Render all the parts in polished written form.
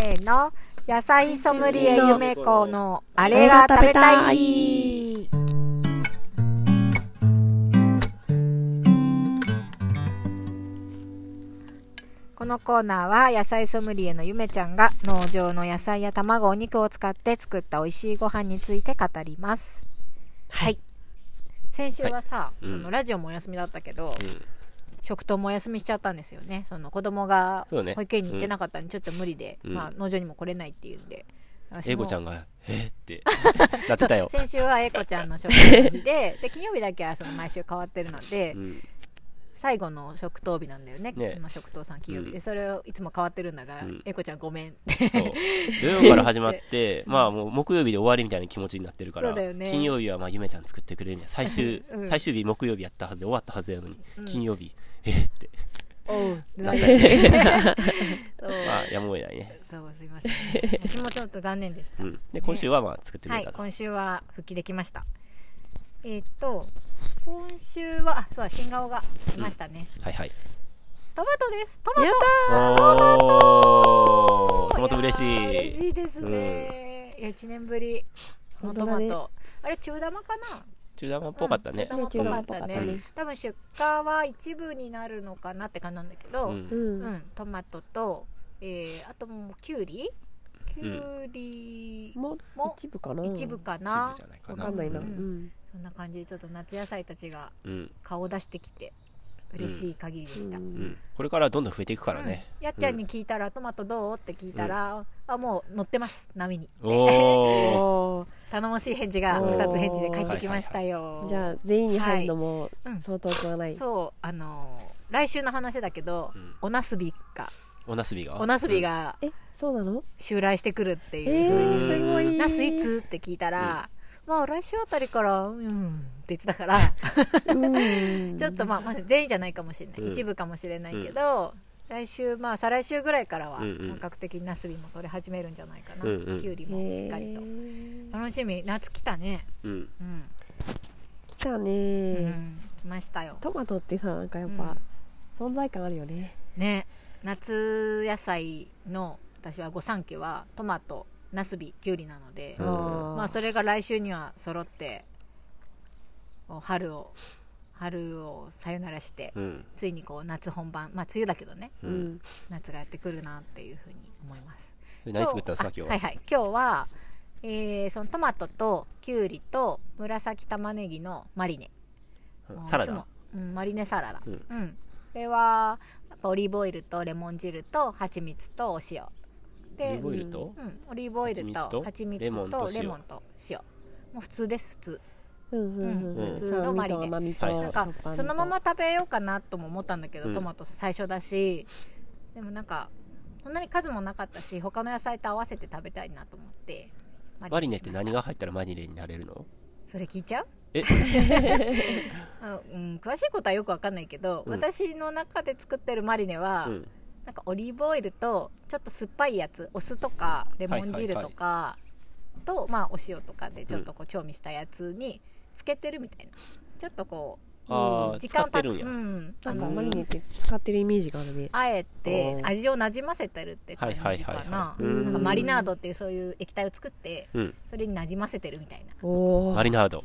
ーの野菜ソムリエゆめこのあれが食べたい。このコーナーは野菜ソムリエのゆめちゃんが農場の野菜や卵、お肉を使って作った美味しいご飯について語ります。はい。先週はさ、ラジオもお休みだったけど、食堂もお休みしちゃったんですよね。その子供が保育園に行ってなかったんでちょっと無理で、農場にも来れないっていうんで、 英子ちゃんがってなってたよ。 先週は英子ちゃんの食堂の日で金曜日だけはその毎週変わってるので、最後の食当日なんだよね。今食堂さん金曜日で、それをいつも変わってるんだが、英子ちゃんごめんってそう土曜から始まってまあもう木曜日で終わりみたいな気持ちになってるから、金曜日はまあゆめちゃん作ってくれるんや。最終日木曜日やったはずで終わったはずやのに、金曜日ってなったよね。まあやむを得ないね。 そうすいません、私もちょっと残念でした。 で今週はまあ作ってくれたと。 今週は復帰できました。今週はそうだ、新顔が来ましたね。 はいはい。 トマトです。トマト。 やったー。トマト嬉しい。 嬉しいですね。いや1年ぶりのトマト。あれ中玉かな。 中玉っぽかったね。 中玉っぽかったね。多分出荷は一部になるのかなって感じなんだけど、トマトとあともキュウリも一部かな。 一部かな。 わかんないな。 そんな感じでちょっと夏野菜たちが顔を出してきて嬉しい限りでした。 これからどんどん増えていくからね。 やっちゃんに聞いたらトマトどうって聞いたら、もう乗ってます波に。頼もしい返事が2つ返事で返ってきましたよ。 じゃあ全員に入るのも相当食わない。 そう来週の話だけど、おなすびがそうなの？ 襲来してくるっていう風に、ナスいつって聞いたら、まあ来週あたりからって言ってたからちょっとまあ全員じゃないかもしれない、一部かもしれないけど、来週再来週ぐらいからは本格的にナスビも取れ始めるんじゃないかな。キュウリもしっかりと楽しみ。夏来たね。 来たね。 来ましたよ。 トマトってさ、なんかやっぱ存在感あるよね。 ね、夏野菜の私は御三家はトマト、ナスビ、キュウリなので、まあそれが来週には揃って春をさよならして、ついにこう夏本番、まあ梅雨だけどね、夏がやってくるなっていうふうに思います。 何作ったんですか今日は？ 今日は、そのトマトとキュウリと紫玉ねぎのマリネ、 サラダ、 マリネサラダ。これはやっぱオリーブオイルとレモン汁と蜂蜜とお塩で、 オリーブオイルと蜂蜜とレモンと塩。もう普通です、普通。普通のマリネ。なんかそのまま食べようかなとも思ったんだけど、トマト最初だし、でもなんかそんなに数もなかったし、他の野菜と合わせて食べたいなと思ってマリネって何が入ったらマリネになれるの？ それ聞いちゃう？詳しいことはよく分かんないけど、私の中で作ってるマリネは、なんかオリーブオイルとちょっと酸っぱいやつ、お酢とかレモン汁とかと、まあお塩とかでちょっとこう調味したやつにつけてるみたいな、ちょっとこう時間経ってるんや。 なんかマリネって使ってるイメージがあるね。 あえて味をなじませてるって感じかな。なんかマリナードっていうそういう液体を作って、それになじませてるみたいな。 マリナード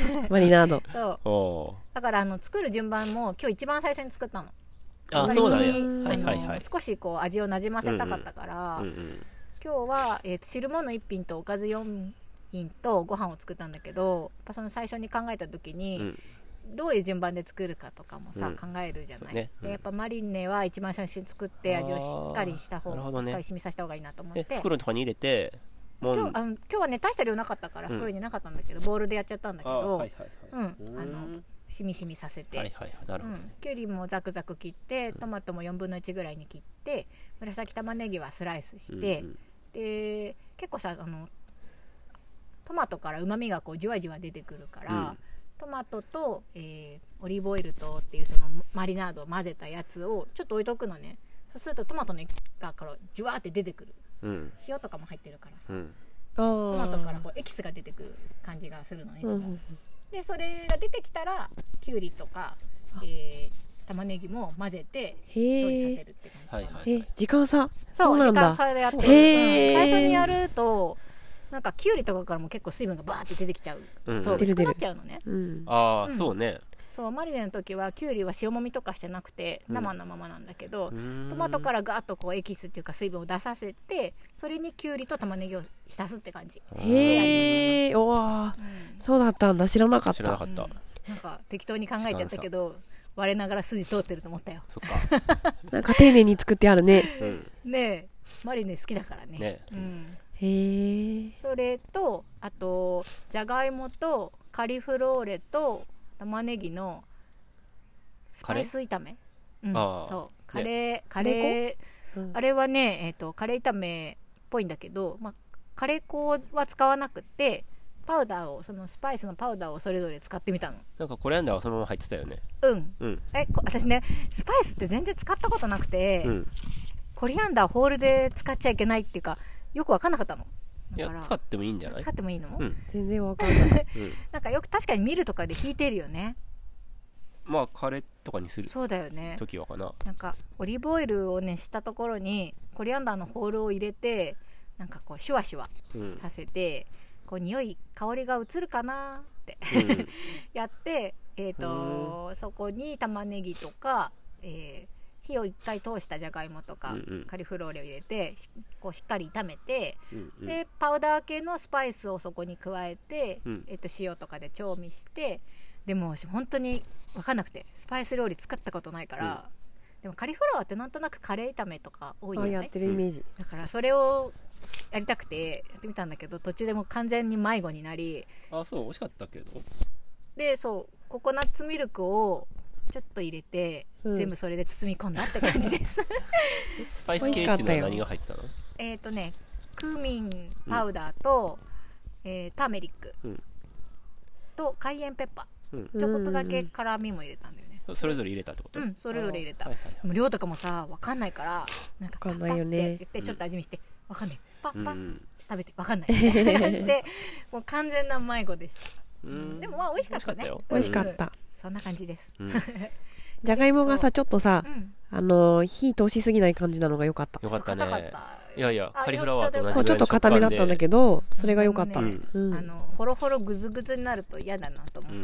そうだから作る順番も今日一番最初に作ったの。 そうだね。 少しこう味をなじませたかったから、今日は汁物1品とおかず4品とご飯を作ったんだけど、やっぱその最初に考えた時に、どういう順番で作るかとかもさ、考えるじゃない。でやっぱマリネは一番最初に作って味をしっかりした方が、しっかり染みさせた方がいいなと思って、 袋とかに入れて、 今日はね大した量なかったから袋になかったんだけど、ボウルでやっちゃったんだけど、しみしみさせて、きゅうりもザクザク切って、トマトも4分の1ぐらいに切って、紫玉ねぎはスライスして、で結構さトマトからうまみがこうじわじわ出てくるから、トマトと、オリーブオイルとっていうそのマリナードを混ぜたやつをちょっと置いとくのね。そうするとトマトの液がからじわーって出てくる、塩とかも入ってるからさ、トマトからこうエキスが出てくる感じがするのね、いつも。でそれが出てきたらきゅうりとか、 玉ねぎも混ぜてしっとりさせるって感じ。 時間差？ そうなんだ。時間差でやってる。最初にやるとなんかきゅうりとかからも結構水分がバーって出てきちゃうと薄くなっちゃうのね。 そうね。 そうマリネの時はきゅうりは塩もみとかしてなくて生のままなんだけど、トマトからガーッとこうエキスっていうか水分を出させて、それにきゅうりと玉ねぎを浸すって感じ。 へえ、おわ、そうだったんだ。知らなかった。 なんか適当に考えてやったけど我ながら筋通ってると思ったよ。 そっか。 なんか丁寧に作ってあるね。 ねえ、マリネ好きだからね。 へえ。 それとあとじゃがいもとカリフローレと玉ねぎのスパイス炒め。そうカレー、あれはね、カレー炒めっぽいんだけど、カレー粉は使わなくてパウダーを、そのスパイスのパウダーをそれぞれ使ってみたの。 なんかコリアンダーはそのまま入ってたよね。 私ねスパイスって全然使ったことなくて、コリアンダーホールで使っちゃいけないっていうかよく分かんなかったの。 いや使ってもいいんじゃない？ 使ってもいいの？ 全然分かんない。 なんかよく確かに見るとかで引いてるよね。 カレーとかにするそうだよね。 時はかな。 なんかオリーブオイルを熱したところにコリアンダーのホールを入れて、なんかこうシュワシュワさせて、こう匂い香りが移るかなってやって、そこに玉ねぎとか、火を一回通したじゃがいもとか、カリフローレを入れてこうしっかり炒めて、でパウダー系のスパイスをそこに加えて、塩とかで調味して、でも本当に分かんなくてスパイス料理作ったことないから、でもカリフラワーってなんとなくカレー炒めとか多いじゃない？ やってるイメージ。 だからそれをやりたくてやってみたんだけど、途中でもう完全に迷子になり。 そう美味しかったけど。 でそうココナッツミルクをちょっと入れて、全部それで包み込んだって感じですスパイス系っていうのは何が入ってたの？ クミンパウダーと、ターメリック、とカイエンペッパー、ちょこっとだけ辛みも入れたんだよね。 それぞれ入れたってこと？ それぞれ入れた。でも量とかもさ分かんないから、なんかパッパって言ってちょっと味見して分かんない、パッパッ食べて分かんないでもう完全な迷子でした。でも美味しかったね。 美味しかった。 そんな感じです。 じゃがいもがさちょっとさ、火通しすぎない感じなのが良かった。 良かったね。いやいやカリフラワーと同じぐらいの食感で、 ちょっと固めだったんだけど、それが良かった。 ホロホログズグズになると嫌だなと思って、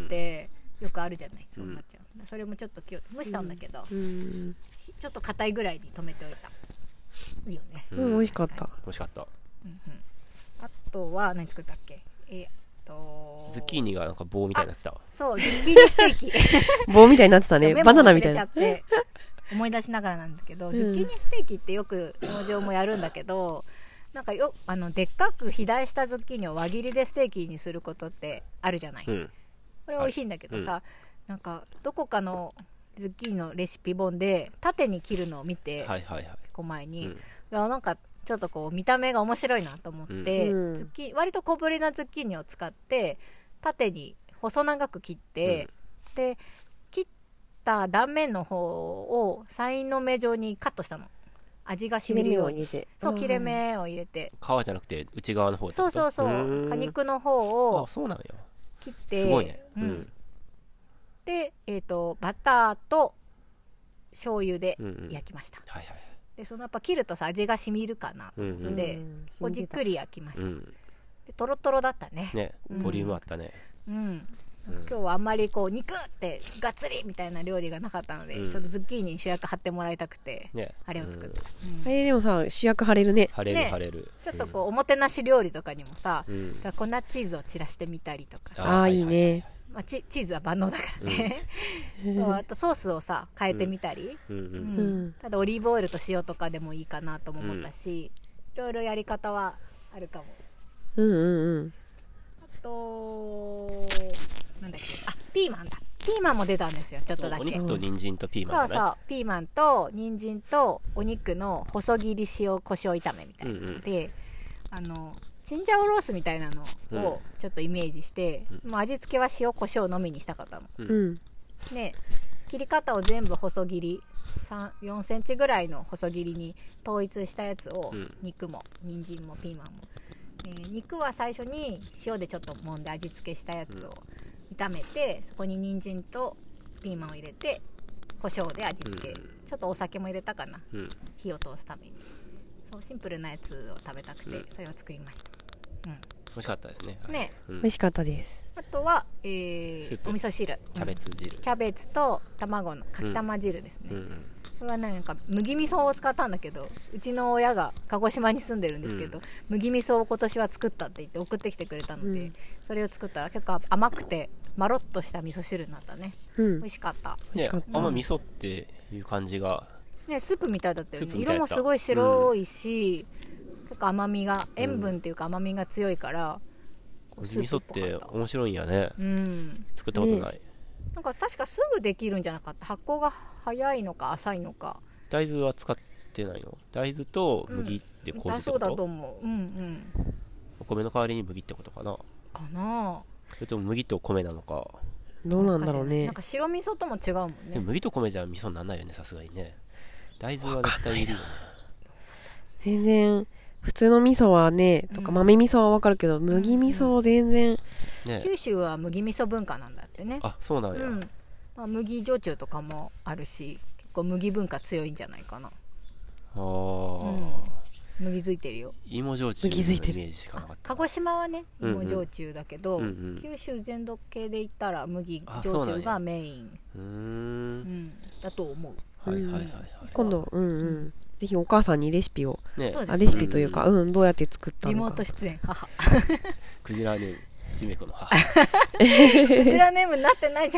よくあるじゃない、そうなっちゃう。それもちょっと蒸したんだけど、ちょっと硬いぐらいに止めておいた。いいよね。 美味しかった。 美味しかった。 あとは何作ったっけ？ ズッキーニがなんか棒みたいになってたわ。 そう、ズッキーニステーキ棒みたいになってたね。バナナみたいな。 思い出しながらなんだけど、ズッキーニステーキってよく農場もやるんだけど、なんかでっかく肥大したズッキーニを輪切りでステーキにすることってあるじゃない。これ美味しいんだけどさ、なんかどこかのズッキーニのレシピ本で縦に切るのを見て、前に、いやなんかちょっとこう見た目が面白いなと思って、割と小ぶりなズッキーニを使って縦に細長く切って、で切った断面の方をサインの目状にカットしたの。味が染みるように。そう切れ目を入れて、 皮じゃなくて内側の方。 そう果肉の方をそうなんや切って、 すごいね。 でバターと醤油で焼きました。でそのやっぱ切るとさ味が染みるかなと思って、こうじっくり焼きました。でトロトロだったね。 ボリュームあったね。 今日はあんまりこう肉ってガッツリみたいな料理がなかったので、ちょっとズッキーニに主役張ってもらいたくて、あれを作った。 でもさ主役張れるね。 張れる。 ちょっとこうおもてなし料理とかにもさ、粉チーズを散らしてみたりとかさ。 いいね。 チーズは万能だからね。あとソースをさ変えてみたり、ただオリーブオイルと塩とかでもいいかなとも思ったし、いろいろやり方はあるかも。あとなんだっけ、ピーマンだ。ピーマンも出たんですよ、ちょっとだけ。 お肉と人参とピーマン。 そうピーマンと人参とお肉の細切り塩コショウ炒めみたいなので、チンジャオロースみたいなのをちょっとイメージして、味付けは塩コショウのみにしたかったの。で切り方を全部細切り4センチぐらいの細切りに統一したやつを、肉も人参もピーマンも、肉は最初に塩でちょっと揉んで味付けしたやつを炒めて、そこに人参とピーマンを入れて胡椒で味付け、ちょっとお酒も入れたかな、火を通すために。そうシンプルなやつを食べたくて、それを作りました。 美味しかったですね。 ね、 美味しかったです。 あとは、お味噌汁、 キャベツ汁、 キャベツと卵のかきたま汁ですね。これはなんか麦味噌を使ったんだけど、うちの親が鹿児島に住んでるんですけど、麦味噌を今年は作ったって言って送ってきてくれたので、それを作ったら結構甘くてまろっとした味噌汁になったね。美味しかった。 ね、あんま味噌っていう感じがね、スープみたいだったよね。色もすごい白いし、結構甘みが、塩分っていうか甘みが強いから、 味噌って面白いんやね。作ったことない。 なんか確かすぐできるんじゃなかった。発酵が早いのか浅いのか。 大豆は使ってないの？大豆と麦って麹ってこと？ そうだと思う。 お米の代わりに麦ってことかな。それとも麦と米なのか。 どうなんだろうね。 なんか白味噌とも違うもんね。 でも麦と米じゃ味噌にならないよね、さすがにね。大豆は絶対いるよね。 全然普通の味噌はね、とか豆味噌はわかるけど、麦味噌全然、 九州は麦味噌文化なんだってね。 あ、そうなんや。 麦焼酎とかもあるし、結構麦文化強いんじゃないかな。麦づいてるよ。 芋焼酎のイメージしかなかった。 鹿児島はね、芋焼酎だけど、九州全土系で言ったら麦焼酎がメインだと思う。 今度、ぜひお母さんにレシピを、レシピというか、どうやって作ったのか。 リモート出演、母。 クジラネーム、姫子の母。 クジラネームになってないじゃん。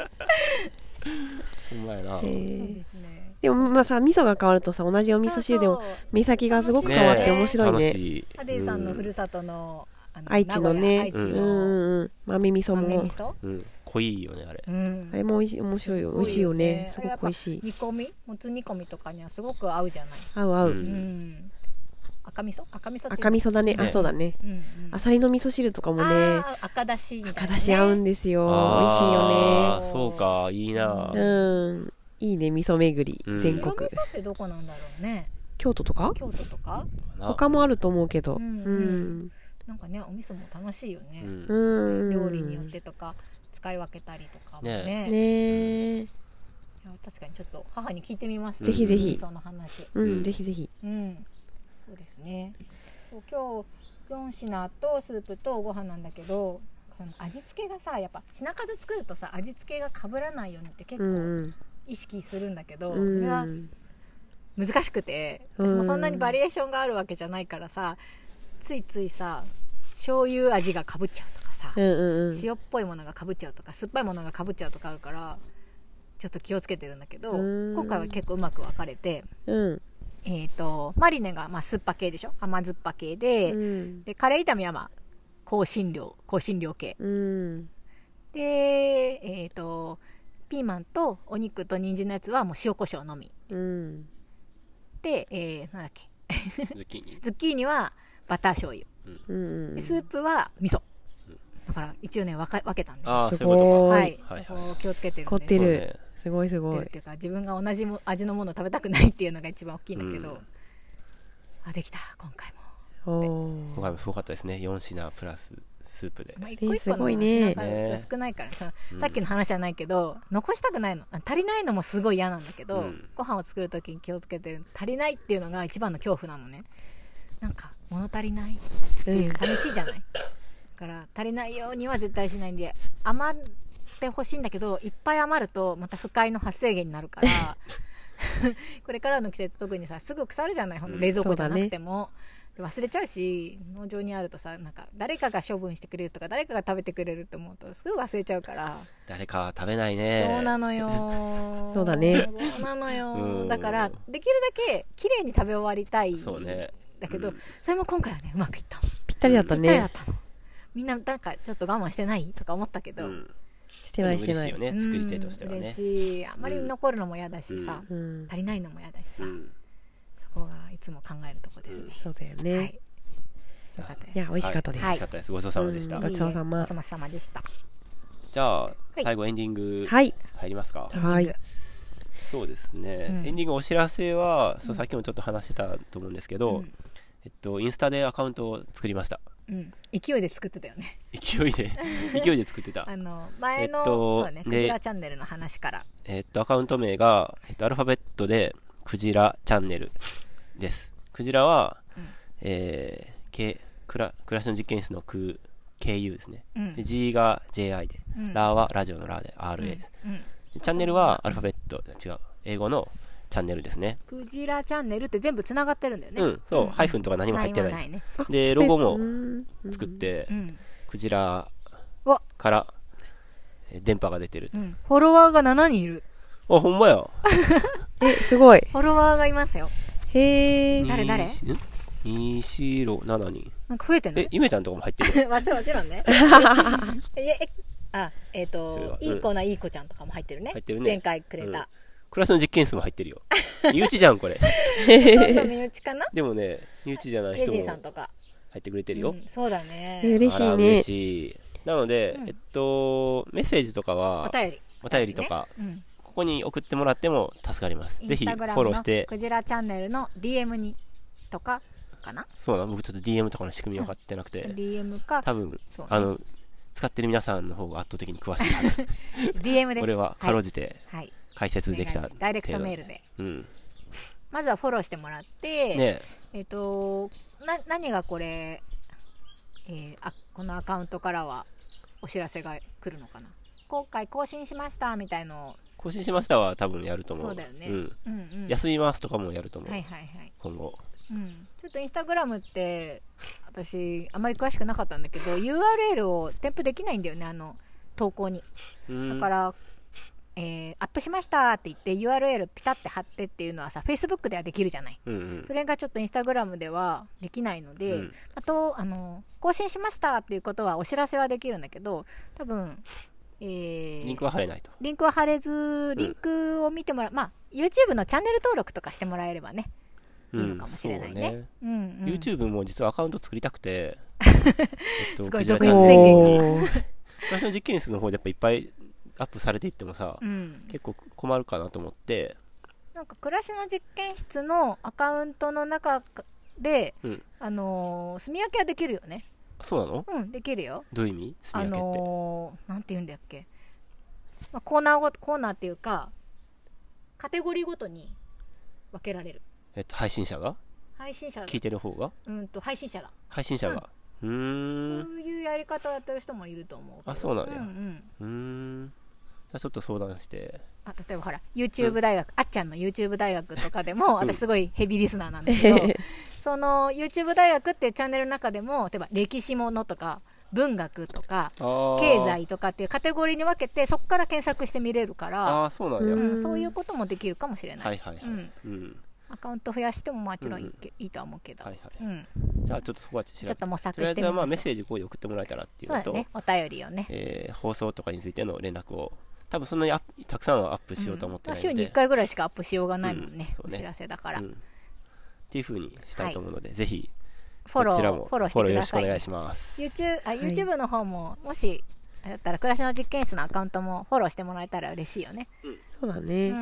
ほんまやな。 でもまあさ、味噌が変わるとさ、同じお味噌汁でも目先がすごく変わって面白いね。 ハディさんのふるさとの愛知のね、豆味噌も濃いよね、あれ。 あれも面白いよ、美味しいよね。すごく美味しい。 煮込み、もつ煮込みとかにはすごく合うじゃない。 合う。 赤味噌だね。あ、そうだね。あさりの味噌汁とかもね、 赤だしみたいな。 赤だし合うんですよ。美味しいよね。 あ、そうか、いいな。 いいね、味噌巡り、全国。 白味噌ってどこなんだろうね。 京都とか？他もあると思うけど。 なんかね、お味噌も楽しいよね。料理によってとか使い分けたりとかもね。確かにちょっと母に聞いてみます。 ぜひぜひ。 その話。 ぜひぜひ。 そうですね。今日4品とスープとご飯なんだけど、味付けがさ、やっぱ品数作るとさ、味付けが被らないようにって結構意識するんだけど、それが難しくて、私もそんなにバリエーションがあるわけじゃないからさ、ついついさ、醤油味がかぶっちゃうとかさ、塩っぽいものがかぶっちゃうとか、酸っぱいものがかぶっちゃうとかあるから、ちょっと気をつけてるんだけど、今回は結構うまく分かれて、マリネがまあ酸っぱ系でしょ、甘酸っぱ系で、でカレー炒めはまあ香辛料系、でピーマンとお肉と人参のやつはもう塩コショウのみ、で、なんだっけズッキーニはバター醤油、でスープは味噌、だから一応ね分けたんです。 すごい、そこを気をつけてるんです。 凝ってる。すごいすごい。 っていうか自分が同じ味のものを食べたくないっていうのが一番大きいんだけど、できた今回もすごかったですね。4品プラススープで。 一個一個の品数が少ないから、さっきの話じゃないけど残したくないの、足りないのもすごい嫌なんだけど、ご飯を作るときに気をつけてる、足りないっていうのが一番の恐怖なのね。なんか物足りないっていう寂しいじゃない。だから足りないようには絶対しないんで、余ってほしいんだけど、いっぱい余るとまた不快の発生源になるからこれからの季節特にさ、すぐ腐るじゃない、冷蔵庫じゃなくても、忘れちゃうし、農場にあるとさ、なんか誰かが処分してくれるとか誰かが食べてくれると思うとすぐ忘れちゃうから。 誰かは食べないね。 そうなのよそうだね。 そうなのよ。だからできるだけ綺麗に食べ終わりたい。 そうね。 だけど、それも今回はねうまくいった。 ぴったりだったね。 ぴったりだったの。みんななんかちょっと我慢してないとか思ったけど、 してない嬉しいよね、作り手としてはね。 嬉しい。あんまり残るのも嫌だしさ、足りないのも嫌だしさ、そこがいつも考えるとこですね。 そうだよね。いや美味しかったです。 美味しかったです。ごちそうさまでした。 ごちそうさま。 ごちそうさまでした。 じゃあ最後エンディング入りますか。 はい。 そうですね。エンディングお知らせは、さっきもちょっと話してたと思うんですけど、インスタでアカウントを作りました。 勢いで作ってたよね。 勢いで作ってた。 前の、そうね、クジラチャンネルの話から。 アカウント名が、アルファベットで、クジラチャンネルです。クジラは、暮らしの実験室のKU ですね。で G が JI で、ラはラジオのラで RA です。チャンネルはアルファベット、違う、英語のチャンネルですね。 クジラチャンネルって全部つながってるんだよね。 そう、ハイフンとか何も入ってないです。で、ロゴも作って、クジラから電波が出てる。 フォロワーが7人いる。 あ、ほんまや。 すごい。 フォロワーがいますよ。 へー。 誰西郎7人。 なんか増えてんの？ ゆめちゃんとかも入ってる。 もちろんね。いい子ないい子ちゃんとかも入ってるね。 入ってるね。 前回くれた。 クラスの実験室も入ってるよ。身内じゃん、これ。 そう身内かな？ でもね、身内じゃない人も入ってくれてるよ。 そうだね。 嬉しいね。 嬉しい。なので、メッセージとかは、お便りとか、ここに送ってもらっても助かります。ぜひフォローして。 クジラチャンネルの DM にとかかな？ そうなの、僕ちょっと DM とかの仕組み分かってなくて。 DM か。 多分、使ってる皆さんの方が圧倒的に詳しいはず。 DM です。 これはかろうじて解説できた。 ダイレクトメールで。まずはフォローしてもらって、何がこれ、このアカウントからはお知らせが来るのかな。今回更新しましたみたいのを。 更新しましたは多分やると思う。 そうだよね。 休みますとかもやると思う。今後。 ちょっとインスタグラムって私あまり詳しくなかったんだけど URL を添付できないんだよね、投稿に。だから、アップしましたって言って URL ピタって貼ってっていうのはさ Facebook ではできるじゃない、それがちょっとインスタグラムではできないので、あと更新しましたっていうことはお知らせはできるんだけど、多分リンクは貼れないと。 リンクは貼れず、リンクを見てもらう、YouTube のチャンネル登録とかしてもらえればね、いいのかもしれないね。 YouTube も実はアカウント作りたくて、 すごい独立宣言が。 私の実験室の方でやっぱいっぱいアップされていってもさ、結構困るかなと思って。 なんか暮らしの実験室のアカウントの中で、住み分けはできるよね。 そうなの？ できるよ。 どういう意味？住み分けって。 なんて言うんだっけ。コーナーっていうか、カテゴリーごとに分けられる。 配信者が聞いてる方が配信者がそういうやり方をやってる人もいると思う。 あ、そうなんや。じゃあちょっと相談して。 例えばほら YouTube 大学、あっちゃんの YouTube 大学とかでも私すごいヘビーリスナーなんだけどその YouTube 大学っていうチャンネルの中でも例えば歴史ものとか文学とか経済とかっていうカテゴリーに分けてそこから検索して見れるから、 そうなんや。 そういうこともできるかもしれない。アカウント増やしてももちろんいいとは思うけど、 じゃあちょっとそこはちょっと模索してみましょう。 とりあえずはメッセージここで送ってもらえたらっていうのと、 そうだね、お便りをね、 放送とかについての連絡を多分そんなにたくさんはアップしようと思ってないので、 週に1回ぐらいしかアップしようがないもんね、お知らせだから、 っていう風にしたいと思うので、ぜひフォローしてください。 よろしくお願いします。 YouTube の方ももしだったら暮らしの実験室のアカウントもフォローしてもらえたら嬉しいよね。 そうだね。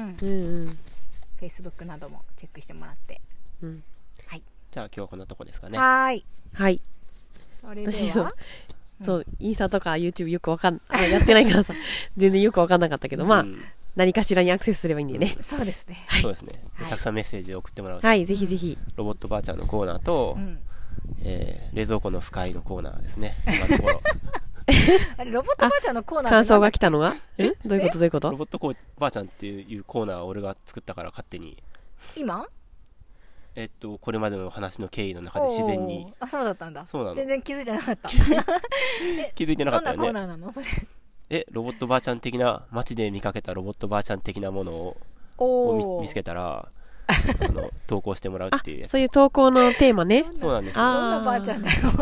Facebook などもチェックしてもらって、 じゃあ今日はこんなとこですかね。 はい。それではそうインスタとか YouTube よくやってないからさ全然よく分かんなかったけど、何かしらにアクセスすればいいんだよね。 そうですね。 そうですね。たくさんメッセージを送ってもらうと、 ぜひぜひロボットばあちゃんのコーナーと、冷蔵庫の不快のコーナーですね。今のところ。 あれロボットばあちゃんのコーナー感想が来たのがどういうことロボットばあちゃんっていうコーナーを俺が作ったから勝手に今これまでの話の経緯の中で自然に。 そうだったんだ。 そうなの。 全然気づいてなかった。 気づいてなかったよね。 どんなコーナーなのそれ。 ロボットばあちゃん的な、街で見かけたロボットばあちゃん的なものを見つけたら投稿してもらうっていうやつ。 そういう投稿のテーマね。 そうなんですよ。どんなばあちゃんだよ。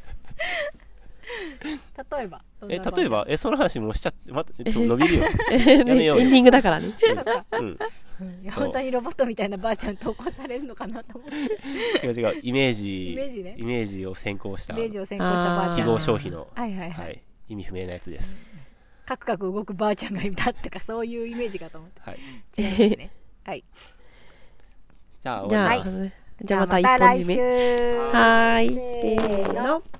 例えばその話もしちゃって、伸びるよ。 やめようよ。エンディングだからね。 本当にロボットみたいなばあちゃん投稿されるのかなと思って。 違う、イメージを先行したばあちゃん。記号消費の意味不明なやつです。 カクカク動くばあちゃんがいたとかそういうイメージかと思って。違いますね。はい。 じゃあまた一本締め。せーの。